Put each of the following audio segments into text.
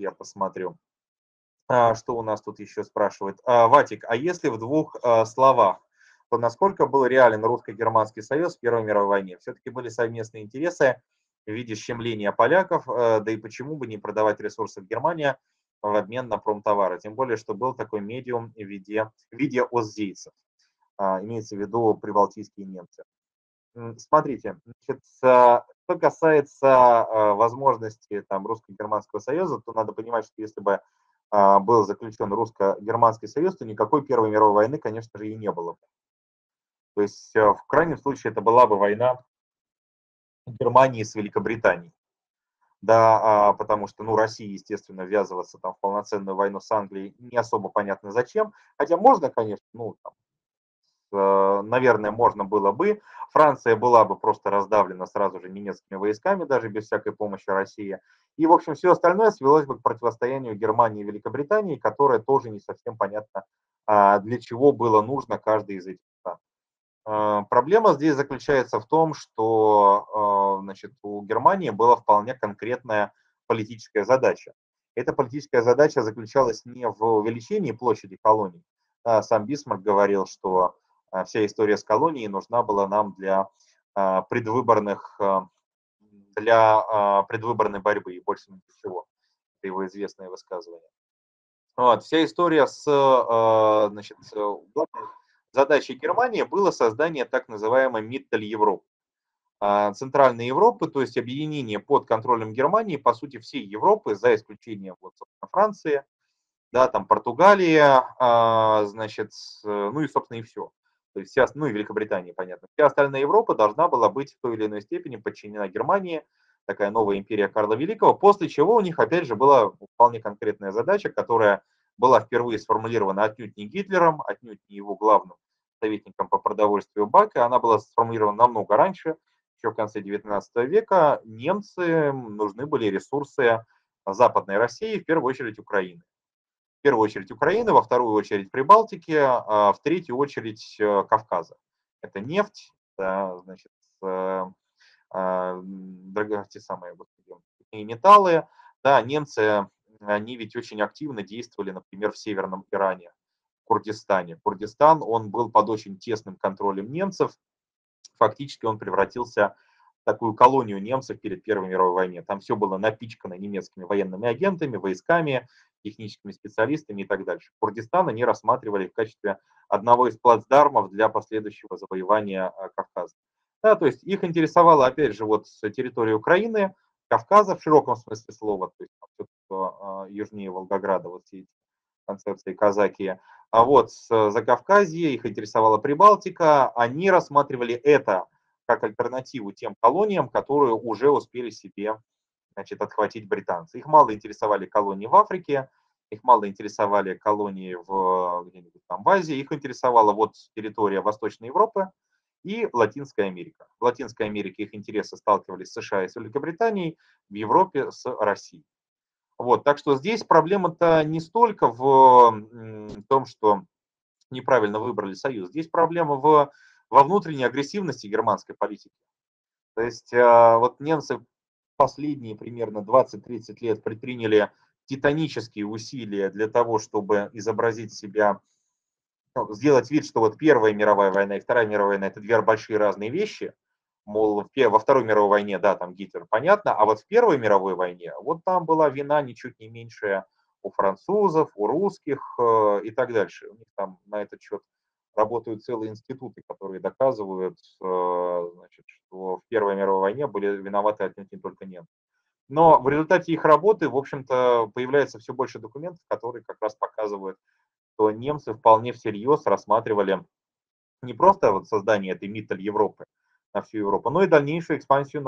я посмотрю. Что у нас тут еще спрашивают? Ватик, а если в двух словах, то насколько был реален русско-германский союз в Первой мировой войне? Все-таки были совместные интересы в виде щемления поляков, да и почему бы не продавать ресурсы в Германии в обмен на промтовары? Тем более, что был такой медиум в виде оздейцев, имеется в виду прибалтийские немцы. Смотрите, значит, что касается возможности там, русско-германского союза, то надо понимать, что если бы был заключен русско-германский союз, то никакой Первой мировой войны, конечно же, и не было бы. То есть в крайнем случае это была бы война Германии с Великобританией. Да, потому что, ну, России, естественно, ввязываться там в полноценную войну с Англией не особо понятно зачем. Хотя можно, конечно, ну, там, наверное, можно было бы. Франция была бы просто раздавлена сразу же немецкими войсками, даже без всякой помощи России. И, в общем, все остальное свелось бы к противостоянию Германии и Великобритании, которое тоже не совсем понятно, для чего было нужно каждой из этих стран. Проблема здесь заключается в том, что значит, у Германии была вполне конкретная политическая задача. Эта политическая задача заключалась не в увеличении площади колоний. Сам Бисмарк говорил, что вся история с колонией нужна была нам для предвыборных, для предвыборной борьбы и больше ничего. Это его известное высказывание. Вот, вся история с значит, главной задачей Германии было создание так называемой Миттель Европы. Центральной Европы, то есть объединение под контролем Германии, по сути, всей Европы, за исключением вот, Франции, да, там Португалия, значит, ну и, собственно, и все. То есть вся, ну и Великобритания, понятно. Вся остальная Европа должна была быть в той или иной степени подчинена Германии, такая новая империя Карла Великого, после чего у них, опять же, была вполне конкретная задача, которая была впервые сформулирована отнюдь не Гитлером, отнюдь не его главным советником по продовольствию Бака, она была сформулирована намного раньше, еще в конце XIX века. Немцы нужны были ресурсы Западной России, в первую очередь Украины. В первую очередь Украины, во вторую очередь Прибалтики, в третью очередь Кавказа. Это нефть, да, значит, те самые и металлы. Да, немцы, они ведь очень активно действовали, например, в Северном Иране, в Курдистане. Курдистан, он был под очень тесным контролем немцев. Фактически он превратился в такую колонию немцев перед Первой мировой войной. Там все было напичкано немецкими военными агентами, войсками, техническими специалистами и так дальше. Курдистан они рассматривали в качестве одного из плацдармов для последующего завоевания Кавказа. Да, то есть их интересовала, опять же, вот территория Украины, Кавказа в широком смысле слова, то есть все, что южнее Волгограда, вот все эти концепции казаки. А вот Закавказье, их интересовала Прибалтика, они рассматривали это как альтернативу тем колониям, которые уже успели себе, значит, отхватить британцы. Их мало интересовали колонии в Африке, их мало интересовали колонии где-нибудь там в Азии, их интересовала вот территория Восточной Европы и Латинская Америка. В Латинской Америке их интересы сталкивались с США и с Великобританией, в Европе с Россией. Вот, так что здесь проблема-то не столько в том, что неправильно выбрали союз. Здесь проблема во внутренней агрессивности германской политики. То есть вот немцы последние примерно 20-30 лет предприняли титанические усилия для того, чтобы изобразить себя, ну, сделать вид, что вот Первая мировая война и Вторая мировая война – это две большие разные вещи. Мол, во Второй мировой войне, да, там Гитлер, понятно, а вот в Первой мировой войне, вот там была вина ничуть не меньшая у французов, у русских и так дальше. У них там на этот счет работают целые институты, которые доказывают, значит, что в Первой мировой войне были виноваты отнюдь не только немцы. Но в результате их работы, в общем-то, появляется все больше документов, которые как раз показывают, что немцы вполне всерьез рассматривали не просто вот создание этой Миттель Европы на всю Европу, но и дальнейшую экспансию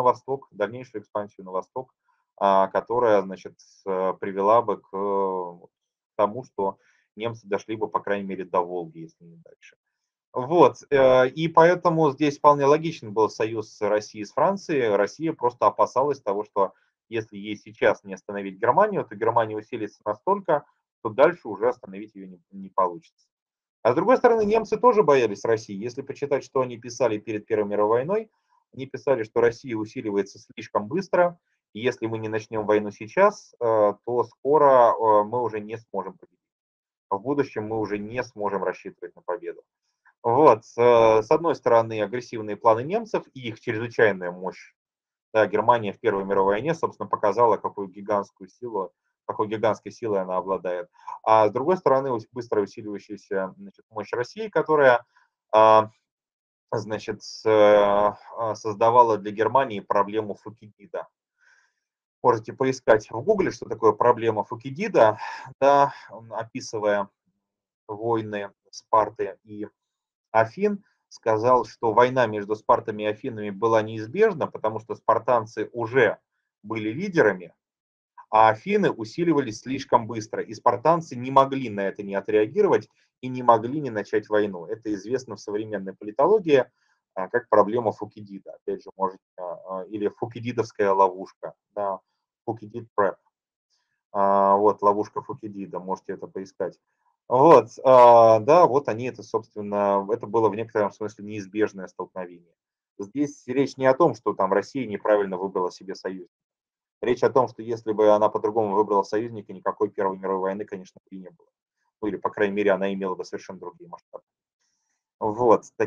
на восток, которая, значит, привела бы к тому, что немцы дошли бы, по крайней мере, до Волги, если не дальше. Вот, и поэтому здесь вполне логичен был союз России с Францией. Россия просто опасалась того, что если ей сейчас не остановить Германию, то Германия усилится настолько, что дальше уже остановить ее не получится. А с другой стороны, немцы тоже боялись России. Если почитать, что они писали перед Первой мировой войной, они писали, что Россия усиливается слишком быстро, И если мы не начнем войну сейчас, то скоро мы уже не сможем победить. В будущем мы уже не сможем рассчитывать на победу. Вот, с одной стороны, агрессивные планы немцев и их чрезвычайная мощь. Да, Германия в Первой мировой войне, собственно, показала, какой гигантской силой она обладает. А с другой стороны, быстро усиливающаяся, значит, мощь России, которая, а, значит, создавала для Германии проблему Фукидида. Можете поискать в Гугле, что такое проблема Фукидида, да, описывая войны Спарты и Афин, сказал, что война между Спартами и Афинами была неизбежна, потому что спартанцы уже были лидерами, а Афины усиливались слишком быстро, и спартанцы не могли на это не отреагировать и не могли не начать войну. Это известно в современной политологии как проблема Фукидида. Опять же, можете, или Фукидидовская ловушка, да, Фукидид Trap. Вот, ловушка Фукидида, можете это поискать. Вот, да, вот они это, собственно, это было в некотором смысле неизбежное столкновение. Здесь речь не о том, что там Россия неправильно выбрала себе союзника. Речь о том, что если бы она по-другому выбрала союзника, никакой Первой мировой войны, конечно, бы и не было. Ну или, по крайней мере, она имела бы совершенно другие масштабы. Вот,